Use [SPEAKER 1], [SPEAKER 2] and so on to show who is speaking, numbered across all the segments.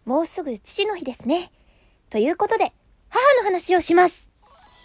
[SPEAKER 1] もうすぐ父の日ですね。ということで、母の話をします。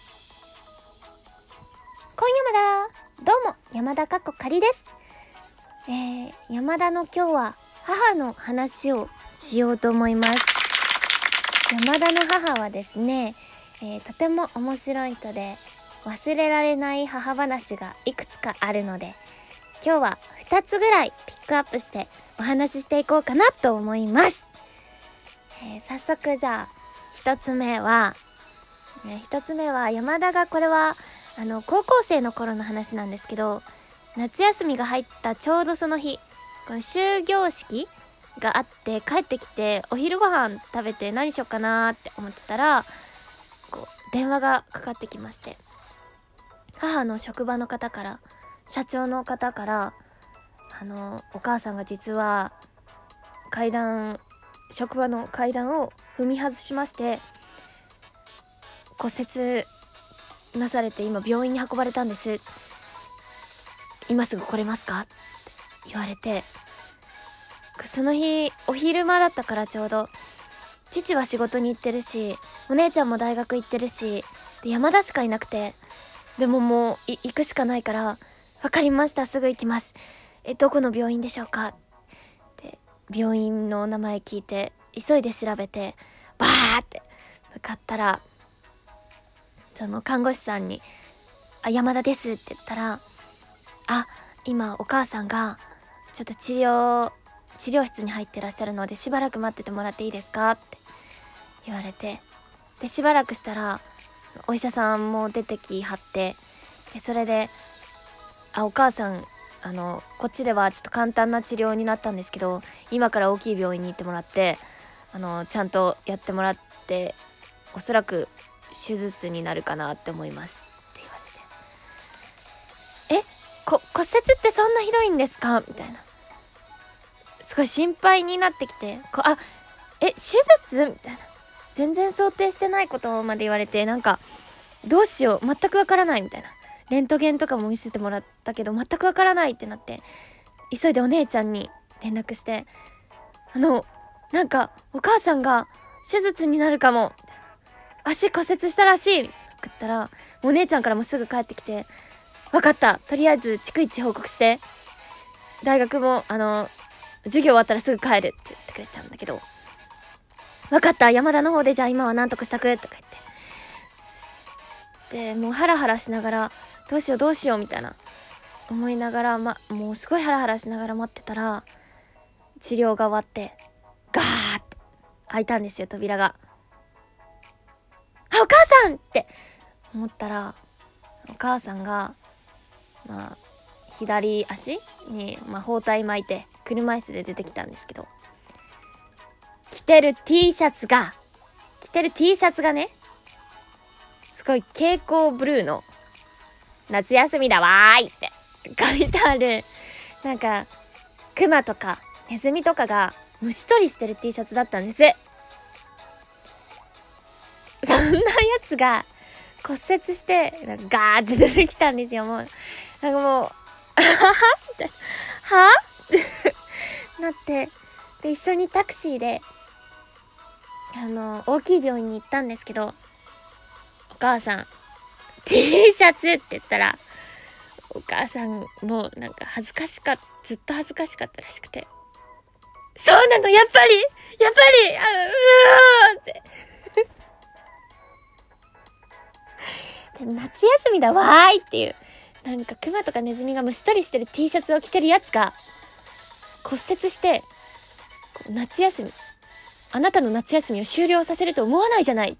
[SPEAKER 1] 今山田、どうも、山田かっこかりです。山田の今日は母の話をしようと思います。山田の母はですね、とても面白い人で、忘れられない母話がいくつかあるので、今日は2つぐらいピックアップしてお話ししていこうかなと思います。早速じゃあ1つ目は山田がこれは高校生の頃の話なんですけど、夏休みが入ったちょうどその日、この終業式があって帰ってきてお昼ご飯食べて何しようかなって思ってたら、こう電話がかかってきまして、母の職場の方から、社長の方から、お母さんが実は職場の階段を踏み外しまして骨折なされて今病院に運ばれたんです、今すぐ来れますかって言われて、その日お昼間だったから、ちょうど父は仕事に行ってるし、お姉ちゃんも大学行ってるしで、山田しかいなくて、でももう行くしかないから、わかりました、すぐ行きます。どこの病院でしょうかって病院の名前聞いて急いで調べてバーって向かったら、その看護師さんに山田ですって言ったら、今お母さんがちょっと治療室に入ってらっしゃるのでしばらく待っててもらっていいですかって言われて、でしばらくしたらお医者さんも出てきはって、でそれでお母さんこっちではちょっと簡単な治療になったんですけど、今から大きい病院に行ってもらってちゃんとやってもらって、おそらく手術になるかなって思いますって言われて、骨折ってそんなひどいんですかみたいな、すごい心配になってきて、手術みたいな、全然想定してないことまで言われて、なんかどうしよう、全くわからないみたいな、レントゲンとかも見せてもらったけど全くわからないってなって、急いでお姉ちゃんに連絡して、なんかお母さんが手術になるかも、足骨折したらしいって言ったら、お姉ちゃんからもすぐ帰ってきて、わかった、とりあえず逐一報告して、大学も授業終わったらすぐ帰るって言ってくれたんだけど、わかった、山田の方でじゃあ今は何とかしたくとか言って、もうハラハラしながら、どうしようみたいな思いながら、もうすごいハラハラしながら待ってたら、治療が終わってガーって開いたんですよ、扉が。お母さんって思ったら、お母さんが左足に包帯巻いて車椅子で出てきたんですけど、着てる T シャツがね、すごい蛍光ブルーの夏休みだわーいって書いてある、なんかクマとかネズミとかが虫取りしてる T シャツだったんです。そんなやつが骨折してガーって出てきたんですよ。もうなんかもうはってなって、で一緒にタクシーで大きい病院に行ったんですけど、お母さん T シャツって言ったら、お母さんもなんかずっと恥ずかしかったらしくて、そうなの、やっぱりってで夏休みだわーいっていう、なんかクマとかネズミが虫取りしてる T シャツを着てるやつが骨折して夏休み、あなたの夏休みを終了させると思わないじゃないって、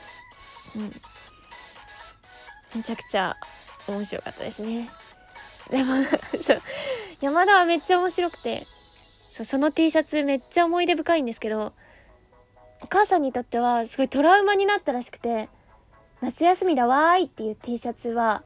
[SPEAKER 1] めちゃくちゃ面白かったですね。でも山田はめっちゃ面白くて、その T シャツめっちゃ思い出深いんですけど、お母さんにとってはすごいトラウマになったらしくて、夏休みだわーいっていう T シャツは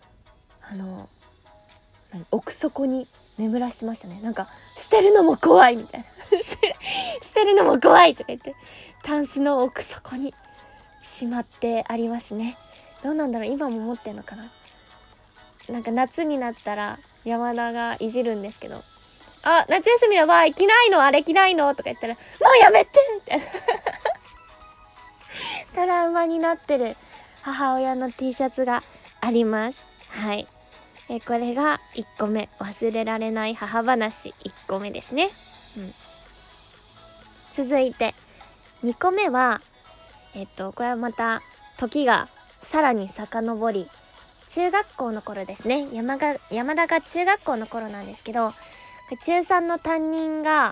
[SPEAKER 1] 奥底に眠らしてましたね。なんか捨てるのも怖いみたいな捨てるのも怖いとか言って、タンスの奥底にしまってありますね。どうなんだろう、今も持ってんのかな。なんか夏になったら山田がいじるんですけど、 夏休みの場合着ないのあれ着ないのとか言ったら、もうやめてみたいなトラウマになってる母親の T シャツがあります。はい。これが1個目、忘れられない母話1個目ですね。続いて2個目はこれはまた時がさらに遡り、中学校の頃ですね。山田が中学校の頃なんですけど、中3の担任が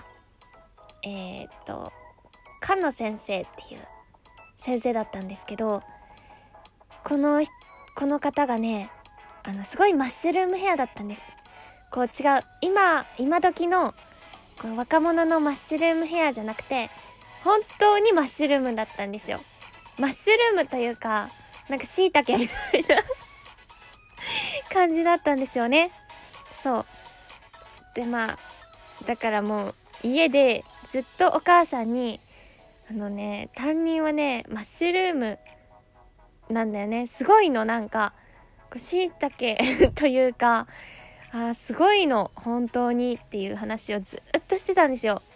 [SPEAKER 1] 菅野先生っていう先生だったんですけど、この方がね、すごいマッシュルームヘアだったんです。こう違う、今時のこの若者のマッシュルームヘアじゃなくて、本当にマッシュルームだったんですよ。マッシュルームというか、なんか椎茸みたいな感じだったんですよね。そうで、だからもう家でずっとお母さんに担任はねマッシュルームなんだよね、すごいの、なんか椎茸というか、すごいの本当にっていう話をずっとしてたんですよ。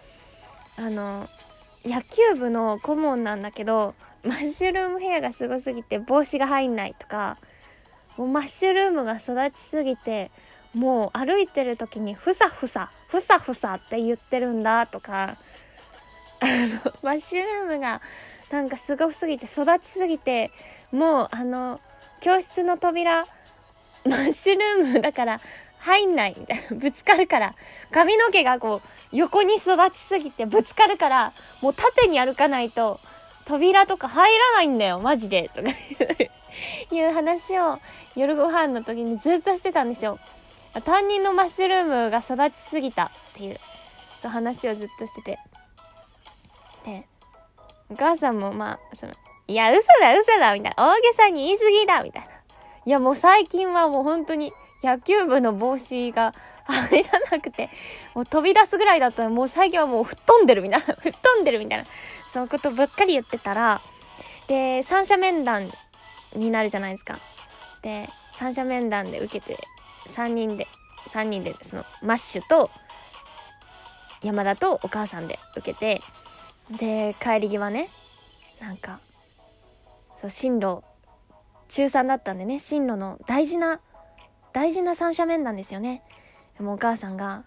[SPEAKER 1] 野球部の顧問なんだけど、マッシュルームヘアがすごすぎて帽子が入んないとか、もうマッシュルームが育ちすぎて、もう歩いてる時にふさふさって言ってるんだとか、マッシュルームがなんかすごすぎて育ちすぎて、もう教室の扉マッシュルームだから入んないみたいな、ぶつかるから、髪の毛がこう横に育ちすぎてぶつかるから、もう縦に歩かないと扉とか入らないんだよマジでとかいう話を夜ご飯の時にずっとしてたんですよ。担任のマッシュルームが育ちすぎたっていう、そう話をずっとしてて、でお母さんもいや嘘だみたいな、大げさに言い過ぎだみたいな、いやもう最近はもう本当に野球部の帽子が入らなくて、もう飛び出すぐらいだったら、もう最近はもう吹っ飛んでるみたいなそういうことばっかり言ってたら、で三者面談になるじゃないですか。で三者面談で受けて、3人でそのマッシュと山田とお母さんで受けて、で帰り際ね、なんかそう進路、中3だったんでね、進路の大事な三者面談ですよね。でもお母さんが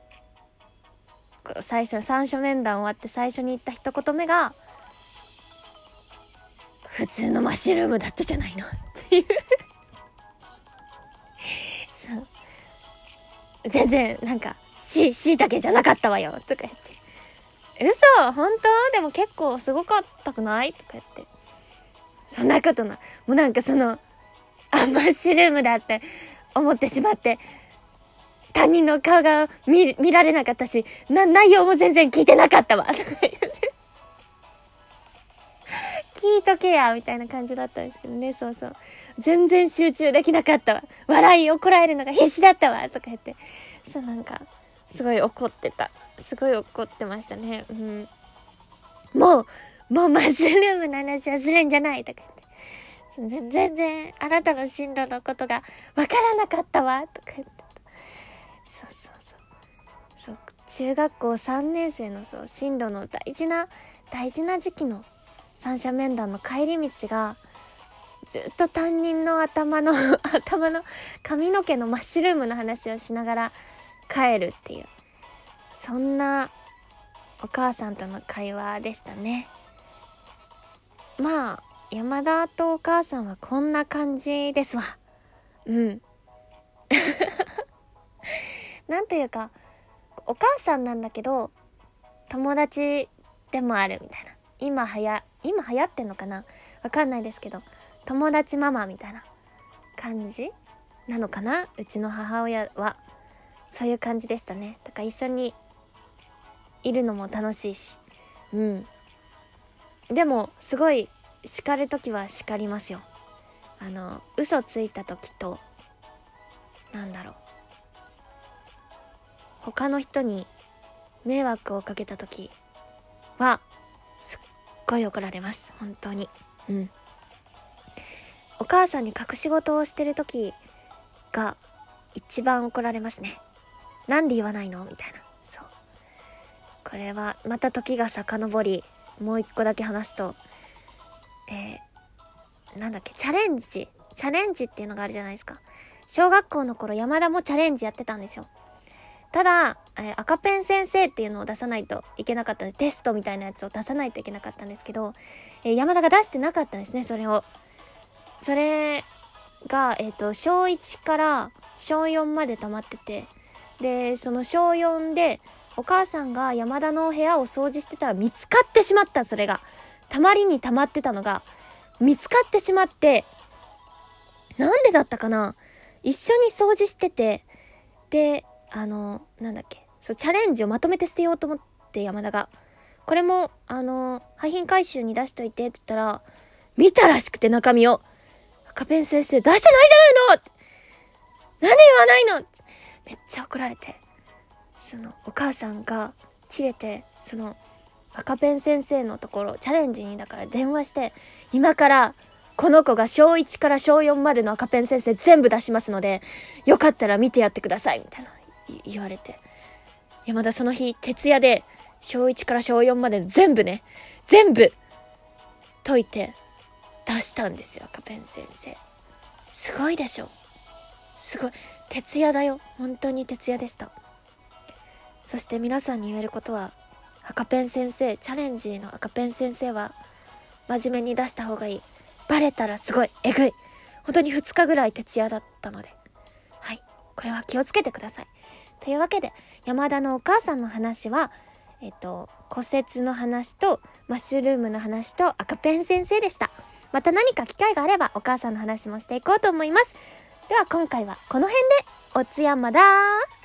[SPEAKER 1] 最初三者面談終わって最初に言った一言目が、普通のマッシュルームだったじゃないのっていうそう全然なんかしいたけじゃなかったわよとか言って、嘘本当でも結構すごかったくないとか言って、そんなことない、もうなんかマッシュルームだって思ってしまって、他人の顔が見られなかったし、内容も全然聞いてなかったわとか言って聞いとけやみたいな感じだったんですけどね。そう全然集中できなかったわ、笑いをこらえるのが必死だったわとか言って、なんかすごい怒ってましたね。もうマッシュルームの話はするんじゃないとか言って、全然あなたの進路のことがわからなかったわとか言って、そう中学校3年生の進路の大事な時期の三者面談の帰り道が、ずっと担任の頭の髪の毛のマッシュルームの話をしながら帰るっていう、そんなお母さんとの会話でしたね。山田とお母さんはこんな感じですわ。なんというかお母さんなんだけど友達でもあるみたいな、今流行ってんのかな、わかんないですけど、友達ママみたいな感じなのかな。うちの母親はそういう感じでしたね。だから一緒にいるのも楽しいし、でもすごい叱るときは叱りますよ。嘘ついたときと、他の人に迷惑をかけたときはすっごい怒られます、本当に。お母さんに隠し事をしてるときが一番怒られますね。なんで言わないのみたいな。 これはまた時が遡り、もう一個だけ話すと、なんだっけ、チャレンジっていうのがあるじゃないですか。小学校の頃山田もチャレンジやってたんですよ。ただ、赤ペン先生っていうのを出さないといけなかったんです。テストみたいなやつを出さないといけなかったんですけど、山田が出してなかったんですね、それを。それが、小1から小4まで溜まってて、で、その小4でお母さんが山田の部屋を掃除してたら見つかってしまった。それがたまりに溜まってたのが見つかってしまって、なんでだったかな、一緒に掃除してて、で、なんだっけ、そう、チャレンジをまとめて捨てようと思って、山田がこれも廃品回収に出しといてって言ったら、見たらしくて、中身を、赤ペン先生出してないじゃないのって、なんで言わないのってめっちゃ怒られて、そのお母さんが切れて、その赤ペン先生のところチャレンジにだから電話して、今からこの子が小1から小4までの赤ペン先生全部出しますので、よかったら見てやってくださいみたいな言われて、山田その日徹夜で小1から小4まで全部解いて出したんですよ、赤ペン先生。すごいでしょ、すごい。徹夜だよ、本当に徹夜でした。そして皆さんに言えることは、赤ペン先生、チャレンジの赤ペン先生は真面目に出した方がいい。バレたらすごいえぐい。本当に2日ぐらい徹夜だったので、はい、これは気をつけてください。というわけで、山田のお母さんの話は骨折の話とマッシュルームの話と赤ペン先生でした。また何か機会があればお母さんの話もしていこうと思います。では今回はこの辺で、おつやまだー。